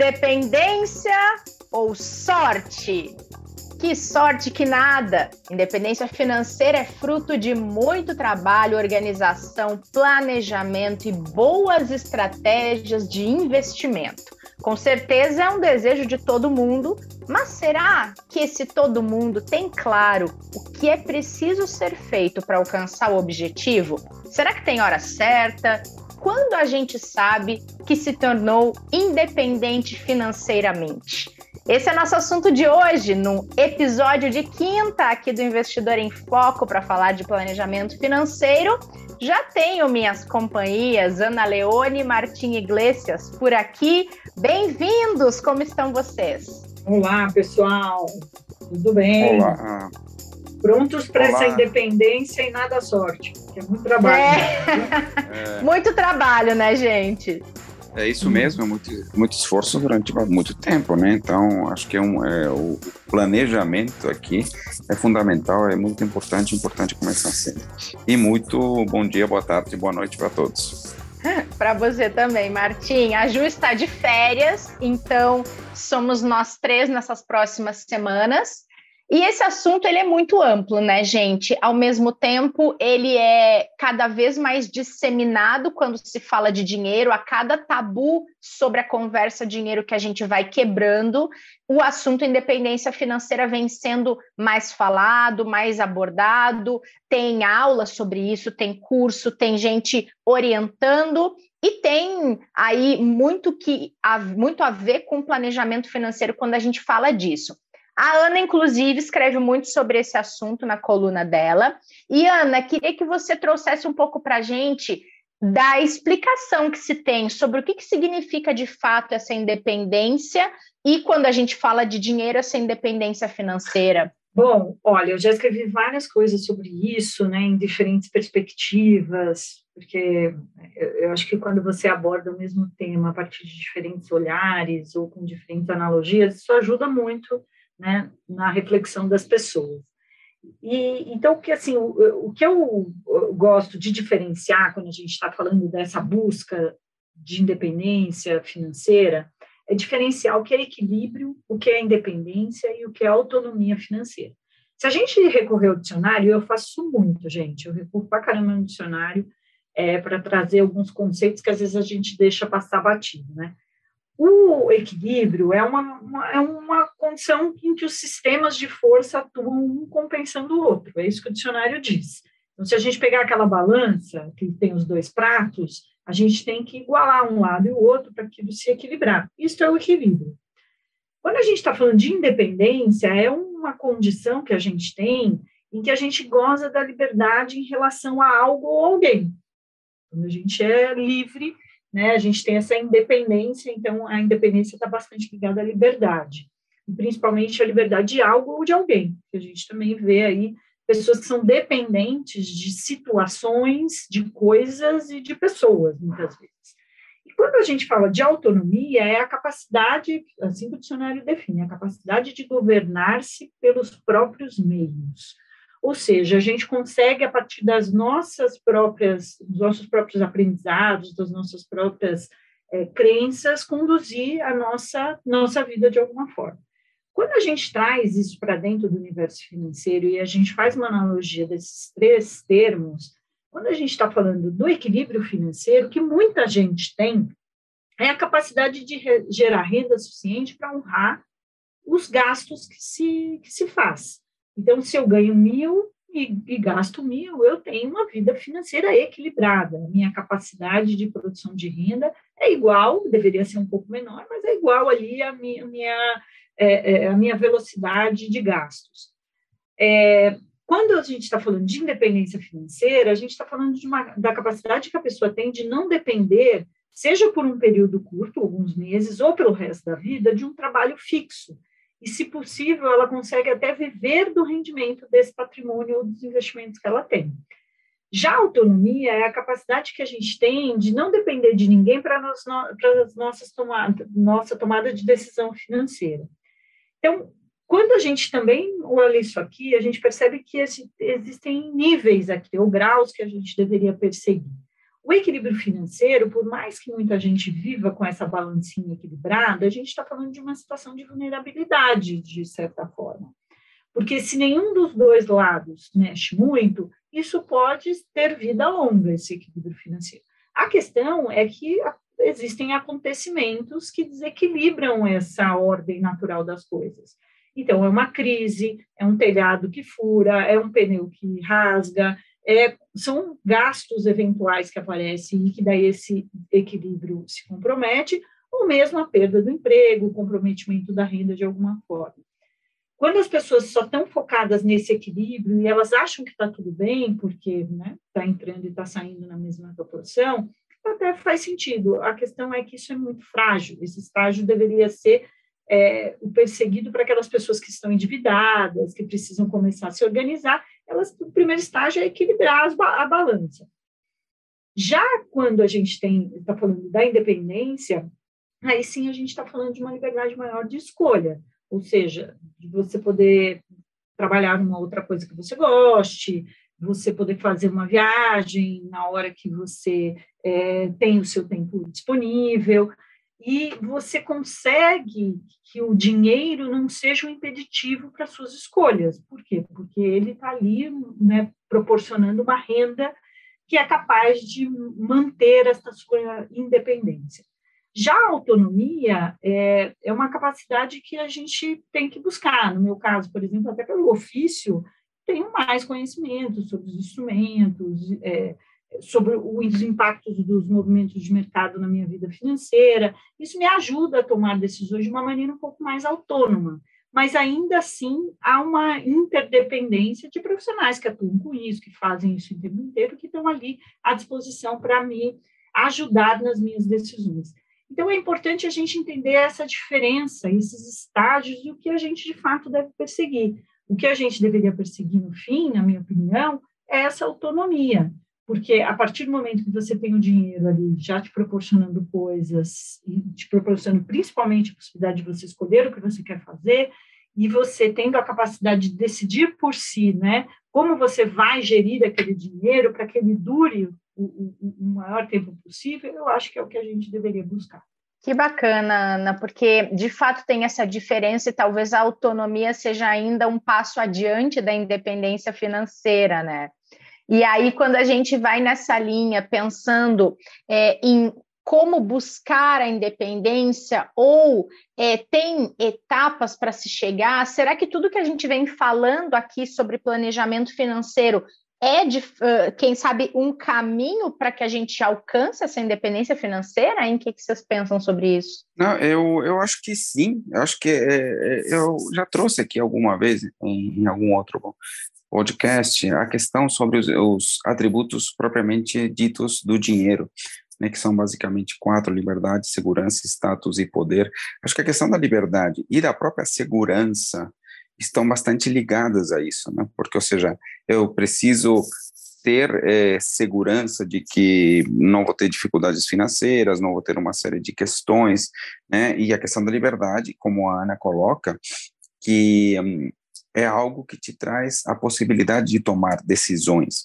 Independência ou sorte? Que sorte que nada! Independência financeira é fruto de muito trabalho, organização, planejamento e boas estratégias de investimento. Com certeza é um desejo de todo mundo, mas será que esse todo mundo tem claro o que é preciso ser feito para alcançar o objetivo? Será que tem hora certa? Quando a gente sabe que se tornou independente financeiramente? Esse é nosso assunto de hoje, no episódio de quinta aqui do Investidor em Foco, para falar de planejamento financeiro. Já tenho minhas companhias, Ana Leone e Martim Iglesias, por aqui. Bem-vindos! Como estão vocês? Olá, pessoal! Tudo bem? Olá! Prontos para essa independência e nada sorte, porque é muito trabalho. Muito trabalho, né, gente? É isso mesmo, muito esforço durante muito tempo, né? Então, acho que o planejamento aqui é fundamental, é muito importante começar cedo. E muito bom dia, boa tarde, boa noite para todos. Para você também, Martim. A Ju está de férias, então somos nós três nessas próximas semanas. E esse assunto ele é muito amplo, né, gente? Ao mesmo tempo, ele é cada vez mais disseminado quando se fala de dinheiro. A cada tabu sobre a conversa dinheiro que a gente vai quebrando, o assunto independência financeira vem sendo mais falado, mais abordado. Tem aula sobre isso, tem curso, tem gente orientando. E tem aí muito a ver com planejamento financeiro quando a gente fala disso. A Ana, inclusive, escreve muito sobre esse assunto na coluna dela. E, Ana, queria que você trouxesse um pouco para a gente da explicação que se tem sobre o que significa, de fato, essa independência e, quando a gente fala de dinheiro, essa independência financeira. Bom, olha, eu já escrevi várias coisas sobre isso, né, em diferentes perspectivas, porque eu acho que quando você aborda o mesmo tema a partir de diferentes olhares ou com diferentes analogias, isso ajuda muito, né, na reflexão das pessoas. E então, o que eu gosto de diferenciar quando a gente está falando dessa busca de independência financeira é diferenciar o que é equilíbrio, o que é independência e o que é autonomia financeira. Se a gente recorrer ao dicionário, eu faço isso muito, gente, eu recorro pra caramba no dicionário para trazer alguns conceitos que às vezes a gente deixa passar batido, né? O equilíbrio é uma condição em que os sistemas de força atuam um compensando o outro, é isso que o dicionário diz. Então, se a gente pegar aquela balança que tem os dois pratos, a gente tem que igualar um lado e o outro para aquilo se equilibrar. Isso é o equilíbrio. Quando a gente está falando de independência, é uma condição que a gente tem em que a gente goza da liberdade em relação a algo ou alguém. Quando a gente é livre, né, a gente tem essa independência, então a independência está bastante ligada à liberdade, e principalmente a liberdade de algo ou de alguém, que a gente também vê aí pessoas que são dependentes de situações, de coisas e de pessoas, muitas vezes. E quando a gente fala de autonomia, é a capacidade, assim que o dicionário define, a capacidade de governar-se pelos próprios meios. Ou seja, a gente consegue, a partir dos nossos próprios aprendizados, das nossas próprias crenças, conduzir a nossa vida de alguma forma. Quando a gente traz isso para dentro do universo financeiro e a gente faz uma analogia desses três termos, quando a gente está falando do equilíbrio financeiro, que muita gente tem, é a capacidade de gerar renda suficiente para honrar os gastos que se faz. Então, se eu ganho 1.000 e gasto 1.000, eu tenho uma vida financeira equilibrada. A minha capacidade de produção de renda é igual, deveria ser um pouco menor, mas é igual ali a minha velocidade de gastos. Quando a gente está falando de independência financeira, a gente está falando da capacidade que a pessoa tem de não depender, seja por um período curto, alguns meses, ou pelo resto da vida, de um trabalho fixo. E, se possível, ela consegue até viver do rendimento desse patrimônio ou dos investimentos que ela tem. Já a autonomia é a capacidade que a gente tem de não depender de ninguém para nossa tomada de decisão financeira. Então, quando a gente também olha isso aqui, a gente percebe que existem níveis aqui, ou graus que a gente deveria perseguir. O equilíbrio financeiro, por mais que muita gente viva com essa balancinha equilibrada, a gente está falando de uma situação de vulnerabilidade, de certa forma. Porque se nenhum dos dois lados mexe muito, isso pode ter vida longa, esse equilíbrio financeiro. A questão é que existem acontecimentos que desequilibram essa ordem natural das coisas. Então, é uma crise, é um telhado que fura, é um pneu que rasga, são gastos eventuais que aparecem e que daí esse equilíbrio se compromete, ou mesmo a perda do emprego, o comprometimento da renda de alguma forma. Quando as pessoas só estão focadas nesse equilíbrio e elas acham que está tudo bem, porque está entrando e está saindo na mesma proporção, até faz sentido. A questão é que isso é muito frágil. Esse estágio deveria ser o perseguido para aquelas pessoas que estão endividadas, que precisam começar a se organizar. O primeiro estágio é equilibrar a balança. Já quando a gente está falando da independência, aí sim a gente está falando de uma liberdade maior de escolha, ou seja, de você poder trabalhar numa outra coisa que você goste, você poder fazer uma viagem na hora que você tem o seu tempo disponível, e você consegue que o dinheiro não seja um impeditivo para suas escolhas. Por quê? Porque ele está ali, proporcionando uma renda que é capaz de manter essa sua independência. Já a autonomia é uma capacidade que a gente tem que buscar. No meu caso, por exemplo, até pelo ofício, tenho mais conhecimento sobre os instrumentos, sobre os impactos dos movimentos de mercado na minha vida financeira. Isso me ajuda a tomar decisões de uma maneira um pouco mais autônoma, mas ainda assim há uma interdependência de profissionais que atuam com isso, que fazem isso o tempo inteiro, que estão ali à disposição para me ajudar nas minhas decisões. Então, é importante a gente entender essa diferença, esses estágios e o que a gente, de fato, deve perseguir. O que a gente deveria perseguir, no fim, na minha opinião, é essa autonomia, porque a partir do momento que você tem o dinheiro ali já te proporcionando coisas, e te proporcionando principalmente a possibilidade de você escolher o que você quer fazer, e você tendo a capacidade de decidir por si, como você vai gerir aquele dinheiro para que ele dure o maior tempo possível, eu acho que é o que a gente deveria buscar. Que bacana, Ana, porque de fato tem essa diferença e talvez a autonomia seja ainda um passo adiante da independência financeira, né? E aí, quando a gente vai nessa linha pensando em como buscar a independência ou tem etapas para se chegar, será que tudo que a gente vem falando aqui sobre planejamento financeiro quem sabe, um caminho para que a gente alcance essa independência financeira? Em que vocês pensam sobre isso? Não, eu acho que sim. Eu acho que eu já trouxe aqui alguma vez, em algum outro podcast, a questão sobre os atributos propriamente ditos do dinheiro, que são basicamente 4: liberdade, segurança, status e poder. Acho que a questão da liberdade e da própria segurança estão bastante ligadas a isso, porque, ou seja, eu preciso ter segurança de que não vou ter dificuldades financeiras, não vou ter uma série de questões, e a questão da liberdade, como a Ana coloca, que é algo que te traz a possibilidade de tomar decisões,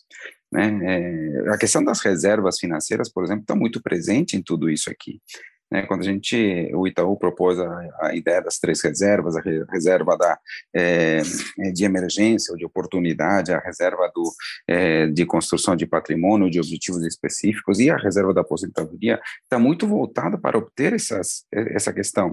a questão das reservas financeiras, por exemplo, está muito presente em tudo isso aqui. Quando o Itaú propôs a ideia das 3 reservas, a reserva de emergência ou de oportunidade, a reserva de construção de patrimônio, de objetivos específicos, e a reserva da aposentadoria, está muito voltada para obter essa questão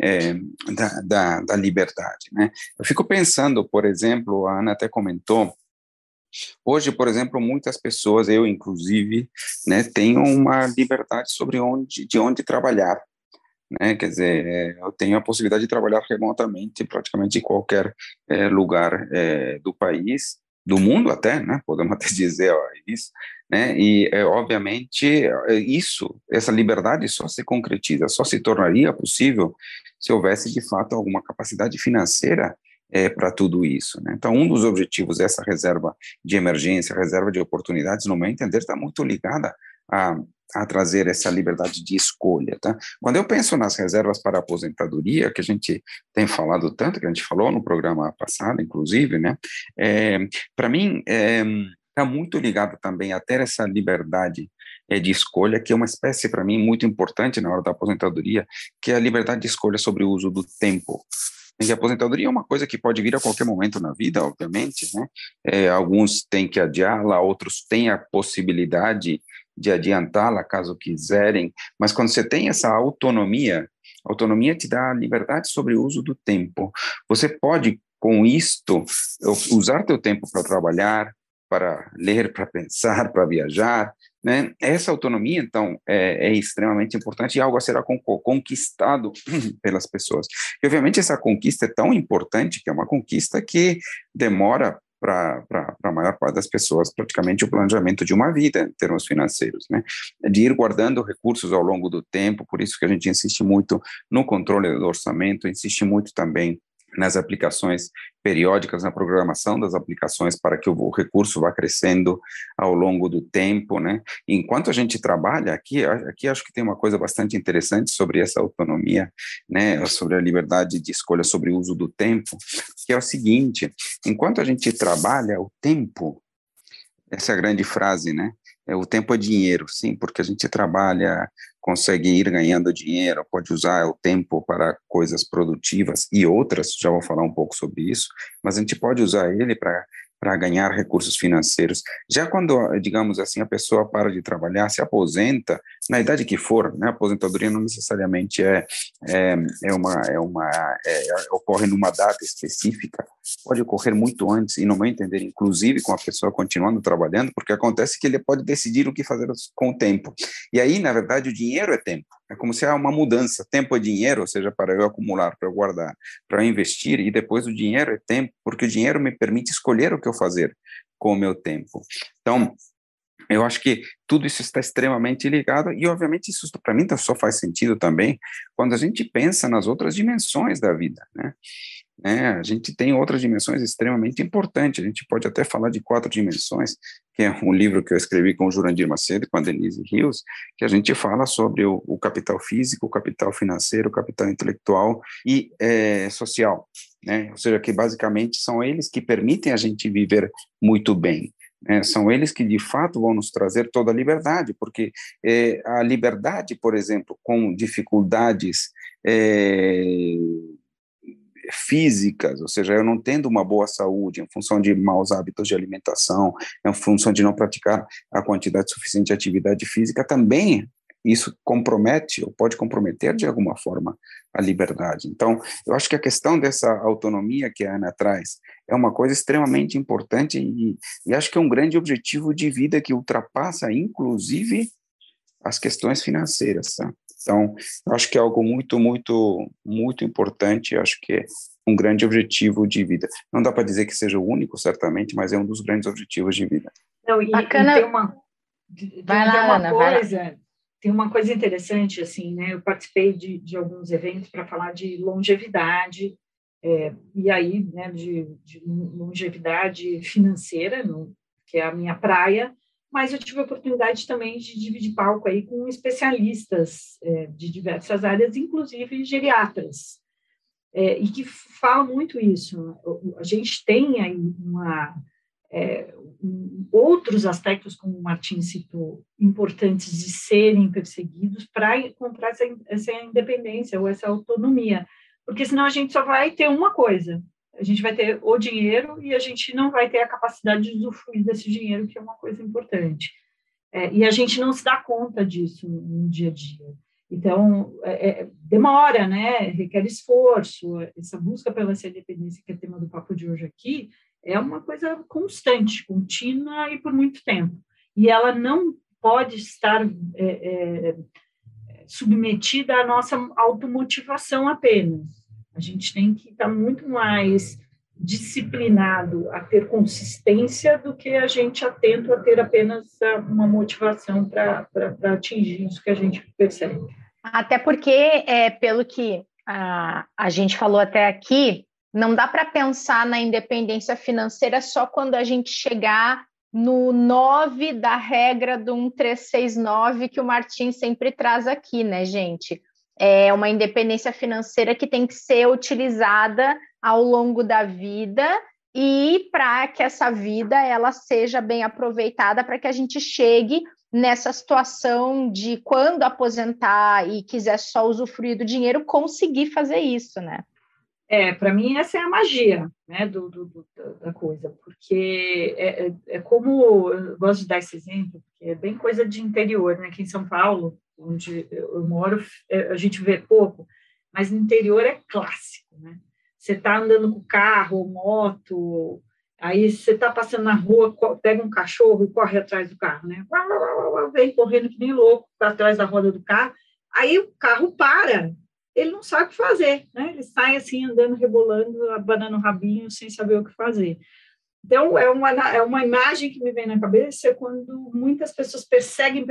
da liberdade. Eu fico pensando, por exemplo, a Ana até comentou, hoje, por exemplo, muitas pessoas, eu inclusive, tenho uma liberdade sobre de onde trabalhar, quer dizer, eu tenho a possibilidade de trabalhar remotamente praticamente em qualquer lugar do país, do mundo até, podemos até dizer isso, e obviamente essa liberdade só se concretiza, só se tornaria possível se houvesse de fato alguma capacidade financeira para tudo isso. Então, um dos objetivos dessa reserva de emergência, reserva de oportunidades, no meu entender, está muito ligada a trazer essa liberdade de escolha. Tá? Quando eu penso nas reservas para a aposentadoria, que a gente tem falado tanto, que a gente falou no programa passado, inclusive, para mim, está muito ligado também a ter essa liberdade de escolha, que é uma espécie, para mim, muito importante na hora da aposentadoria, que é a liberdade de escolha sobre o uso do tempo. E a aposentadoria é uma coisa que pode vir a qualquer momento na vida, obviamente, né? Alguns têm que adiá-la, outros têm a possibilidade de adiantá-la, caso quiserem, mas quando você tem essa autonomia, a autonomia te dá a liberdade sobre o uso do tempo. Você pode, com isto, usar teu tempo para trabalhar, para ler, para pensar, para viajar, né? Essa autonomia, então, é extremamente importante e algo a ser conquistado pelas pessoas. E, obviamente, essa conquista é tão importante que é uma conquista que demora para a maior parte das pessoas, praticamente o planejamento de uma vida em termos financeiros, né? De ir guardando recursos ao longo do tempo, por isso que a gente insiste muito no controle do orçamento, insiste muito também nas aplicações periódicas, na programação das aplicações para que o recurso vá crescendo ao longo do tempo, né? Enquanto a gente trabalha, aqui acho que tem uma coisa bastante interessante sobre essa autonomia, né? Sobre a liberdade de escolha sobre o uso do tempo, que é o seguinte: enquanto a gente trabalha, o tempo, essa é a grande frase, né? O tempo é dinheiro, sim, porque a gente trabalha, consegue ir ganhando dinheiro, pode usar o tempo para coisas produtivas e outras, já vou falar um pouco sobre isso, mas a gente pode usar ele para ganhar recursos financeiros. Já quando, digamos assim, a pessoa para de trabalhar, se aposenta, na idade que for, né? A aposentadoria não necessariamente ocorre numa data específica, pode ocorrer muito antes, e no meu entender, inclusive com a pessoa continuando trabalhando, porque acontece que ele pode decidir o que fazer com o tempo. E aí, na verdade, o dinheiro é tempo. É como se há uma mudança. Tempo é dinheiro, ou seja, para eu acumular, para eu guardar, para eu investir, e depois o dinheiro é tempo, porque o dinheiro me permite escolher o que eu fazer com o meu tempo. Então, eu acho que tudo isso está extremamente ligado e, obviamente, isso para mim só faz sentido também quando a gente pensa nas outras dimensões da vida, né? A gente tem outras dimensões extremamente importantes. A gente pode até falar de 4 dimensões, que é um livro que eu escrevi com o Jurandir Macedo e com a Denise Rios, que a gente fala sobre o capital físico, o capital financeiro, o capital intelectual e social, né? Ou seja, que basicamente são eles que permitem a gente viver muito bem. São eles que, de fato, vão nos trazer toda a liberdade, porque a liberdade, por exemplo, com dificuldades físicas, ou seja, eu não tendo uma boa saúde em função de maus hábitos de alimentação, em função de não praticar a quantidade suficiente de atividade física, também isso compromete ou pode comprometer de alguma forma a liberdade. Então, eu acho que a questão dessa autonomia que a Ana traz é uma coisa extremamente importante e acho que é um grande objetivo de vida que ultrapassa, inclusive, as questões financeiras, tá? Então, eu acho que é algo muito, muito, muito importante, eu acho que é um grande objetivo de vida. Não dá para dizer que seja o único, certamente, mas é um dos grandes objetivos de vida. Não, Bacana. Tem uma coisa interessante, assim, né? Eu participei de alguns eventos para falar de longevidade, e aí, né, de longevidade financeira, que é a minha praia, mas eu tive a oportunidade também de dividir palco aí com especialistas de diversas áreas, inclusive geriatras, e que falam muito isso. A gente tem aí outros aspectos, como o Martim citou, importantes de serem perseguidos para encontrar essa independência ou essa autonomia, porque senão a gente só vai ter uma coisa. A gente vai ter o dinheiro e a gente não vai ter a capacidade de usufruir desse dinheiro, que é uma coisa importante. E a gente não se dá conta disso no dia a dia. Então, demora, né? Requer esforço. Essa busca pela essa independência, que é o tema do papo de hoje aqui, é uma coisa constante, contínua e por muito tempo. E ela não pode estar submetida à nossa automotivação apenas. A gente tem que estar muito mais disciplinado a ter consistência do que a gente atento a ter apenas uma motivação para atingir isso que a gente percebe. Até porque, pelo que a gente falou até aqui, não dá para pensar na independência financeira só quando a gente chegar no 9 da regra do 1369 que o Martim sempre traz aqui, né, gente? É uma independência financeira que tem que ser utilizada ao longo da vida e para que essa vida ela seja bem aproveitada para que a gente chegue nessa situação de quando aposentar e quiser só usufruir do dinheiro, conseguir fazer isso, né? Para mim essa é a magia, né, da coisa, porque é como, eu gosto de dar esse exemplo, porque é bem coisa de interior, né, aqui em São Paulo, onde eu moro, a gente vê pouco, mas no interior é clássico, né, você está andando com carro, moto, aí você está passando na rua, pega um cachorro e corre atrás do carro, né, vem correndo que nem louco atrás da roda do carro, aí o carro para, ele não sabe o que fazer, né? Ele sai assim, andando, rebolando, abanando o rabinho, sem saber o que fazer. Então, é uma imagem que me vem na cabeça é quando muitas pessoas perseguem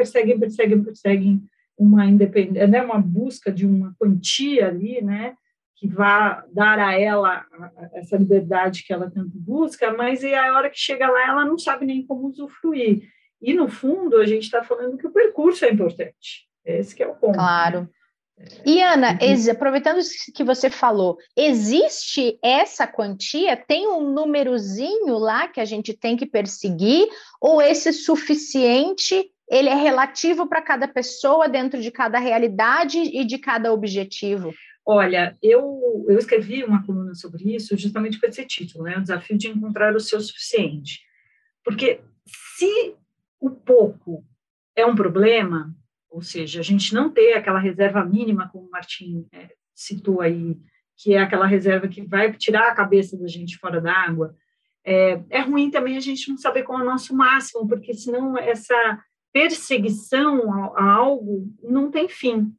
uma independência, né? Uma busca de uma quantia ali, né? Que vá dar a ela essa liberdade que ela tanto busca, mas e a hora que chega lá, ela não sabe nem como usufruir. E, no fundo, a gente está falando que o percurso é importante. Esse que é o ponto. Claro. Né? E, Ana, aproveitando isso que você falou, existe essa quantia? Tem um númerozinho lá que a gente tem que perseguir? Ou esse suficiente, ele é relativo para cada pessoa, dentro de cada realidade e de cada objetivo? Olha, eu escrevi uma coluna sobre isso justamente com esse título, né? O desafio de encontrar o seu suficiente. Porque se o pouco é um problema, ou seja, a gente não ter aquela reserva mínima, como o Martim citou aí, que é aquela reserva que vai tirar a cabeça da gente fora d'água, é ruim também a gente não saber qual é o nosso máximo, porque senão essa perseguição a algo não tem fim.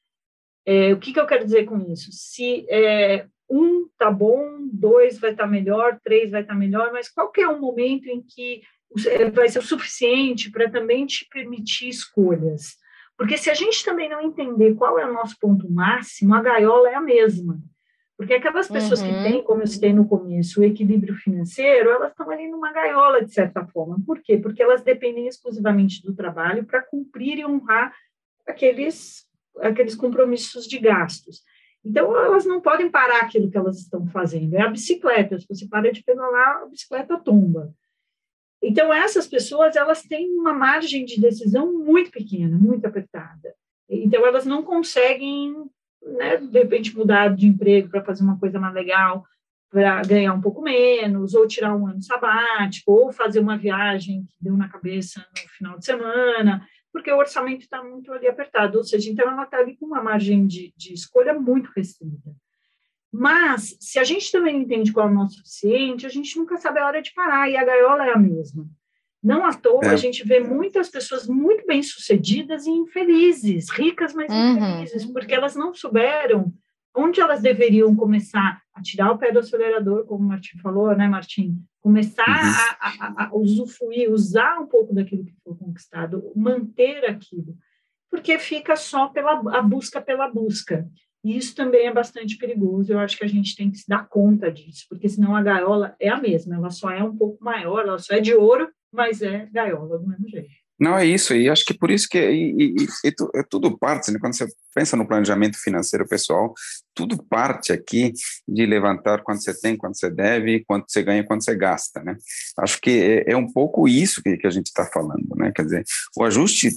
O que eu quero dizer com isso? Se um tá bom, 2 vai estar melhor, 3 vai estar melhor, mas qual que é o momento em que vai ser o suficiente para também te permitir escolhas? Porque se a gente também não entender qual é o nosso ponto máximo, a gaiola é a mesma. Porque aquelas pessoas que têm, como eu citei no começo, o equilíbrio financeiro, elas estão ali numa gaiola, de certa forma. Por quê? Porque elas dependem exclusivamente do trabalho para cumprir e honrar aqueles compromissos de gastos. Então, elas não podem parar aquilo que elas estão fazendo. É a bicicleta. Se você para de pedalar, a bicicleta tomba. Então, essas pessoas, elas têm uma margem de decisão muito pequena, muito apertada. Então, elas não conseguem, né, de repente, mudar de emprego para fazer uma coisa mais legal, para ganhar um pouco menos, ou tirar um ano sabático, ou fazer uma viagem que deu na cabeça no final de semana, porque o orçamento está muito ali apertado. Ou seja, então, ela está ali com uma margem de escolha muito restrita. Mas, se a gente também entende qual é o nosso suficiente, a gente nunca sabe a hora de parar, e a gaiola é a mesma. Não à toa, a gente vê muitas pessoas muito bem-sucedidas e infelizes, ricas, mas infelizes, porque elas não souberam onde elas deveriam começar a tirar o pé do acelerador, como o Martim falou, né, Martim? Começar a usufruir, usar um pouco daquilo que foi conquistado, manter aquilo, porque fica só a busca pela busca. E isso também é bastante perigoso, eu acho que a gente tem que se dar conta disso, porque senão a gaiola é a mesma, ela só é um pouco maior, ela só é de ouro, mas é gaiola do mesmo jeito. Não, é isso, e acho que por isso que tudo parte, né? Quando você pensa no planejamento financeiro pessoal, tudo parte aqui de levantar quanto você tem, quanto você deve, quanto você ganha, quanto você gasta, né? Acho que é um pouco isso que a gente está falando, né? Quer dizer, o ajuste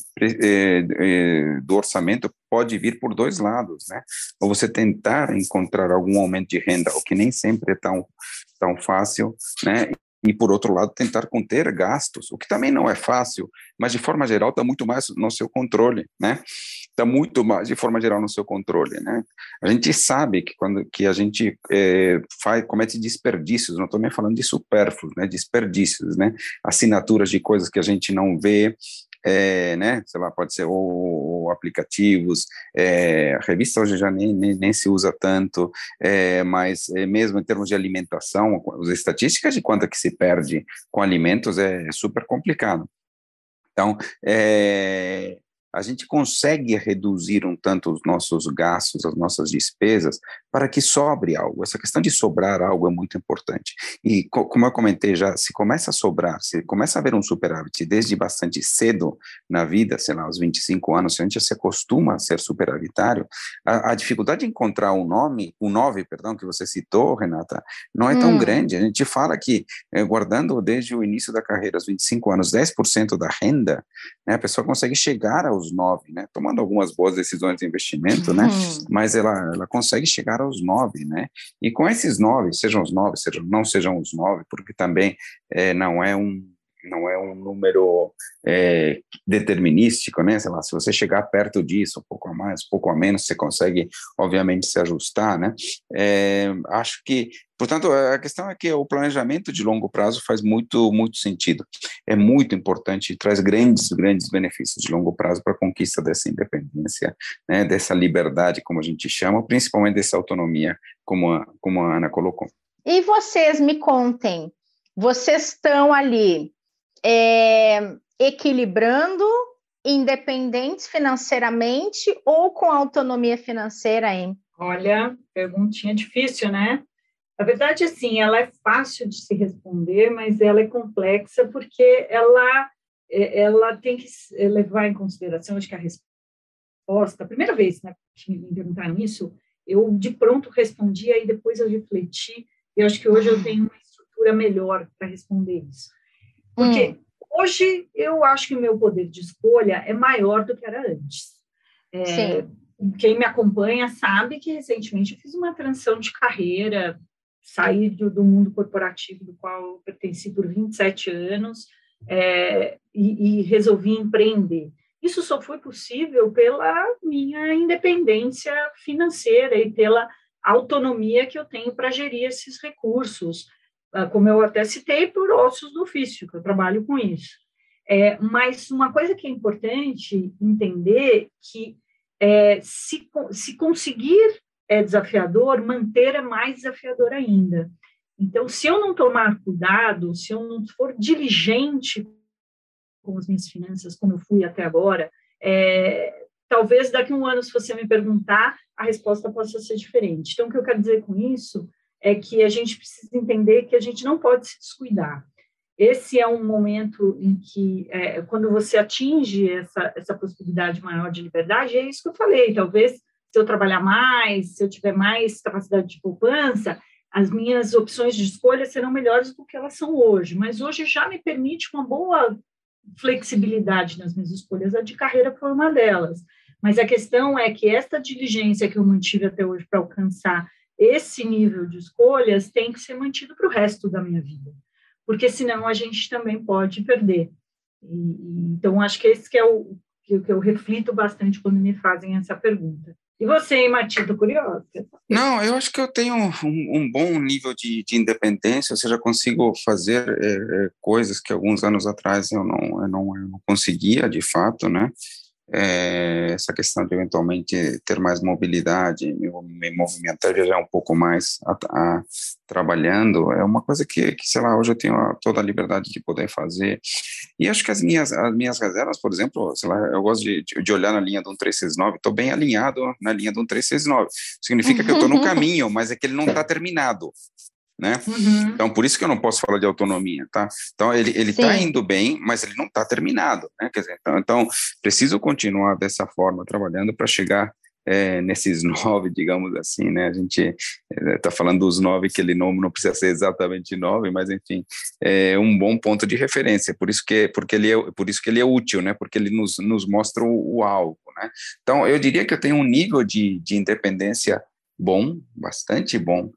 do orçamento pode vir por dois lados, né? Ou você tentar encontrar algum aumento de renda, o que nem sempre é tão fácil, né? E, por outro lado, tentar conter gastos, o que também não é fácil, mas, de forma geral, está muito mais no seu controle, né? Está muito mais, de forma geral, no seu controle, né? A gente sabe que quando a gente comete desperdícios, não estou nem falando de supérfluos, né? Desperdícios, né? Assinaturas de coisas que a gente não vê, né, sei lá, pode ser ou aplicativos, a revista hoje já nem se usa tanto, mas mesmo em termos de alimentação, as estatísticas de quanto é que se perde com alimentos é super complicado. Então, a gente consegue reduzir um tanto os nossos gastos, as nossas despesas, para que sobre algo. Essa questão de sobrar algo é muito importante. E como eu comentei já, se começa a sobrar, se começa a haver um superávit desde bastante cedo na vida, sei lá, aos 25 anos, se a gente já se acostuma a ser superavitário, a dificuldade de encontrar um nove, que você citou, Renata, não é tão grande. A gente fala que, guardando desde o início da carreira, aos 25 anos, 10% da renda, né, a pessoa consegue chegar aos 9, né, tomando algumas boas decisões de investimento, né, mas ela consegue chegar aos 9, né, e com esses 9, sejam os 9, não sejam os 9, porque também não é um número determinístico, né? Sei lá, se você chegar perto disso, um pouco a mais, um pouco a menos, você consegue, obviamente, se ajustar, né? Acho que, portanto, a questão é que o planejamento de longo prazo faz muito, muito sentido. É muito importante e traz grandes benefícios de longo prazo para a conquista dessa independência, né? Dessa liberdade, como a gente chama, principalmente dessa autonomia, como a Ana colocou. E vocês me contem, vocês estão ali equilibrando, independentes financeiramente ou com autonomia financeira, hein? Olha, perguntinha difícil, né? Na verdade, assim, ela é fácil de se responder, mas ela é complexa porque ela tem que levar em consideração, acho que a resposta, a primeira vez, né, que me perguntaram isso, eu de pronto respondi, aí depois eu refleti, e eu acho que hoje eu tenho uma estrutura melhor para responder isso. Porque hoje eu acho que o meu poder de escolha é maior do que era antes. Quem me acompanha sabe que recentemente eu fiz uma transição de carreira, saí do mundo corporativo do qual eu pertenci por 27 anos e resolvi empreender. Isso só foi possível pela minha independência financeira e pela autonomia que eu tenho para gerir esses recursos, como eu até citei, por ossos do ofício, que eu trabalho com isso. Mas uma coisa que é importante entender que se conseguir é desafiador, manter é mais desafiador ainda. Então, se eu não tomar cuidado, se eu não for diligente com as minhas finanças, como eu fui até agora, talvez daqui a um ano, se você me perguntar, a resposta possa ser diferente. Então, o que eu quero dizer com isso é que a gente precisa entender que a gente não pode se descuidar. Esse é um momento em que, quando você atinge essa possibilidade maior de liberdade, é isso que eu falei, talvez se eu trabalhar mais, se eu tiver mais capacidade de poupança, as minhas opções de escolha serão melhores do que elas são hoje, mas hoje já me permite uma boa flexibilidade nas minhas escolhas, a de carreira foi uma delas. Mas a questão é que esta diligência que eu mantive até hoje para alcançar esse nível de escolhas tem que ser mantido para o resto da minha vida, porque senão a gente também pode perder. Então, acho que esse que é o que eu reflito bastante quando me fazem essa pergunta. E você, Martim, estou curiosa. Não, eu acho que eu tenho um bom nível de independência, ou seja, consigo fazer coisas que alguns anos atrás eu não conseguia, de fato, né? Essa questão de eventualmente ter mais mobilidade, me movimentar, viajar um pouco mais trabalhando, é uma coisa que, sei lá, hoje eu tenho toda a liberdade de poder fazer. E acho que as minhas reservas, por exemplo, sei lá, eu gosto de olhar na linha do 1369, estou bem alinhado na linha do 1369. Significa que eu estou no caminho, mas é que ele não está terminado. Né? Então, por isso que eu não posso falar de autonomia, tá? Então, ele está indo bem, mas ele não está terminado, né? Quer dizer, então, preciso continuar dessa forma, trabalhando para chegar nesses 9, digamos assim, né? A gente está falando dos 9, que ele não precisa ser exatamente 9, mas, enfim, é um bom ponto de referência, por isso que ele é útil, né? Porque ele nos mostra o alvo, né? Então, eu diria que eu tenho um nível de independência bom, bastante bom,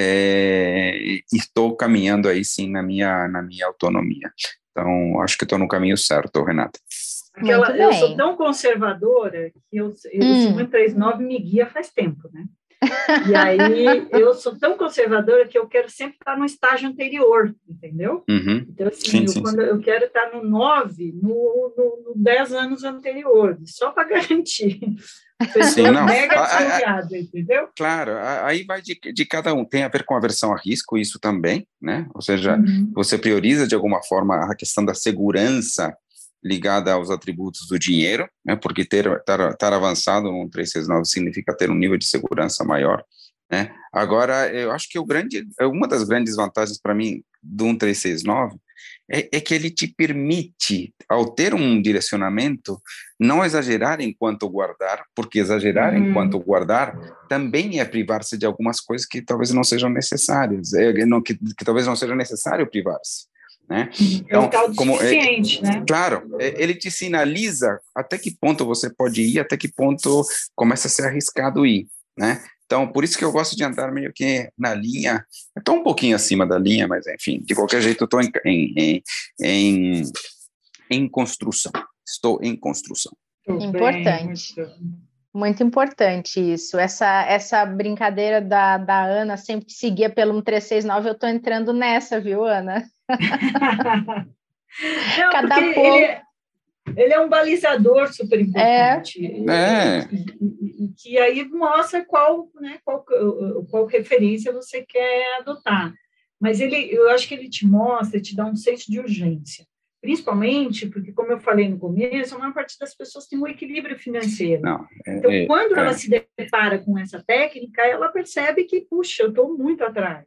e estou caminhando aí sim na minha autonomia. Então, acho que estou no caminho certo, Renata. Eu sou tão conservadora que o 539 me guia faz tempo, né? E aí, eu sou tão conservadora que eu quero sempre estar no estágio anterior, entendeu? Então, assim, quando eu quero estar no 9, no 10 anos anteriores, só para garantir. Mega desconfiada, entendeu? Claro, aí vai de cada um. Tem a ver com aversão a risco, isso também, né? Ou seja, você prioriza de alguma forma a questão da segurança ligada aos atributos do dinheiro, né, porque estar avançado no 1369 significa ter um nível de segurança maior, né? Agora, eu acho que uma das grandes vantagens para mim do 1369 é que ele te permite, ao ter um direcionamento, não exagerar enquanto guardar, porque exagerar enquanto guardar também é privar-se de algumas coisas que talvez não sejam necessárias, que talvez não seja necessário privar-se. Né? Então, autossuficiente, né? Claro, ele te sinaliza até que ponto você pode ir, até que ponto começa a ser arriscado ir, né? Então, por isso que eu gosto de andar meio que na linha, estou um pouquinho acima da linha, mas enfim, de qualquer jeito eu estou em construção, estou em construção. Importante. Muito importante isso. Essa brincadeira da Ana sempre que seguia pelo 1369, eu estou entrando nessa, viu, Ana? Não, cada pouco... Ele é um balizador super importante. E que aí mostra qual referência você quer adotar. Mas eu acho que ele te mostra, te dá um senso de urgência. Principalmente porque, como eu falei no começo, a maior parte das pessoas tem um equilíbrio financeiro. Então, quando ela se depara com essa técnica, ela percebe que, puxa, eu estou muito atrás.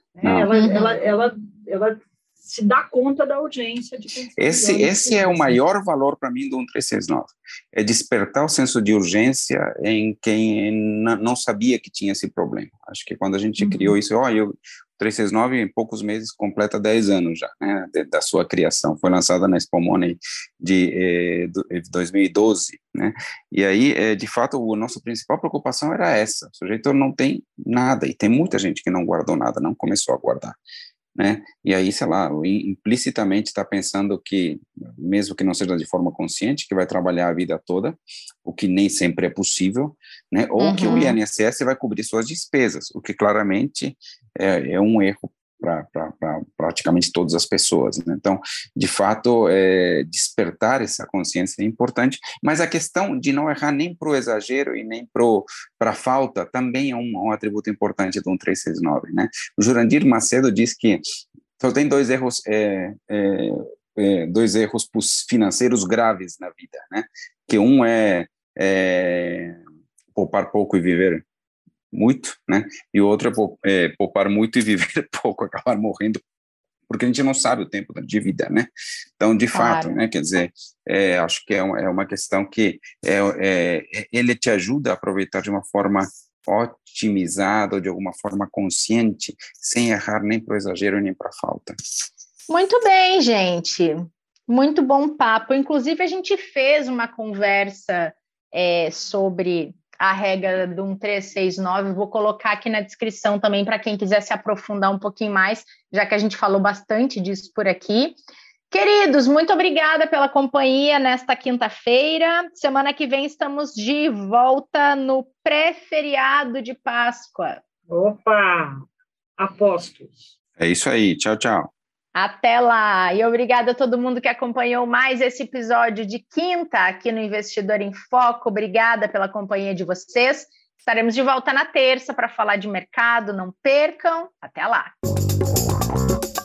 Ela se dá conta da urgência de pensar. Esse é o maior valor para mim do 1369. É despertar o senso de urgência em quem não sabia que tinha esse problema. Acho que quando a gente criou isso, o 1369 em poucos meses completa 10 anos já, né, da sua criação. Foi lançada na Expo Money de 2012, né? E aí, de fato, a nossa principal preocupação era essa. O sujeito não tem nada, e tem muita gente que não guardou nada, não começou a guardar. Né? E aí, sei lá, implicitamente está pensando que, mesmo que não seja de forma consciente, que vai trabalhar a vida toda, o que nem sempre é possível, né? Ou que o INSS vai cobrir suas despesas, o que claramente é um erro para praticamente todas as pessoas, né? Então, de fato, despertar essa consciência é importante, mas a questão de não errar nem para o exagero e nem para a falta também é um atributo importante do 1369, né? O Jurandir Macedo diz que só tem dois erros financeiros graves na vida, né? Que um é poupar pouco e viver muito, né? E o outro é poupar muito e viver pouco, acabar morrendo, porque a gente não sabe o tempo de vida, né? Então, de fato, né? Quer dizer, acho que é uma questão que ele te ajuda a aproveitar de uma forma otimizada ou de alguma forma consciente, sem errar nem para o exagero nem para a falta. Muito bem, gente. Muito bom papo. Inclusive, a gente fez uma conversa sobre a regra do 1369, vou colocar aqui na descrição também para quem quiser se aprofundar um pouquinho mais, já que a gente falou bastante disso por aqui. Queridos, muito obrigada pela companhia nesta quinta-feira. Semana que vem estamos de volta no pré-feriado de Páscoa. Opa! Apostos. É isso aí. Tchau, tchau. Até lá! E obrigada a todo mundo que acompanhou mais esse episódio de quinta aqui no Investidor em Foco. Obrigada pela companhia de vocês. Estaremos de volta na terça para falar de mercado. Não percam. Até lá!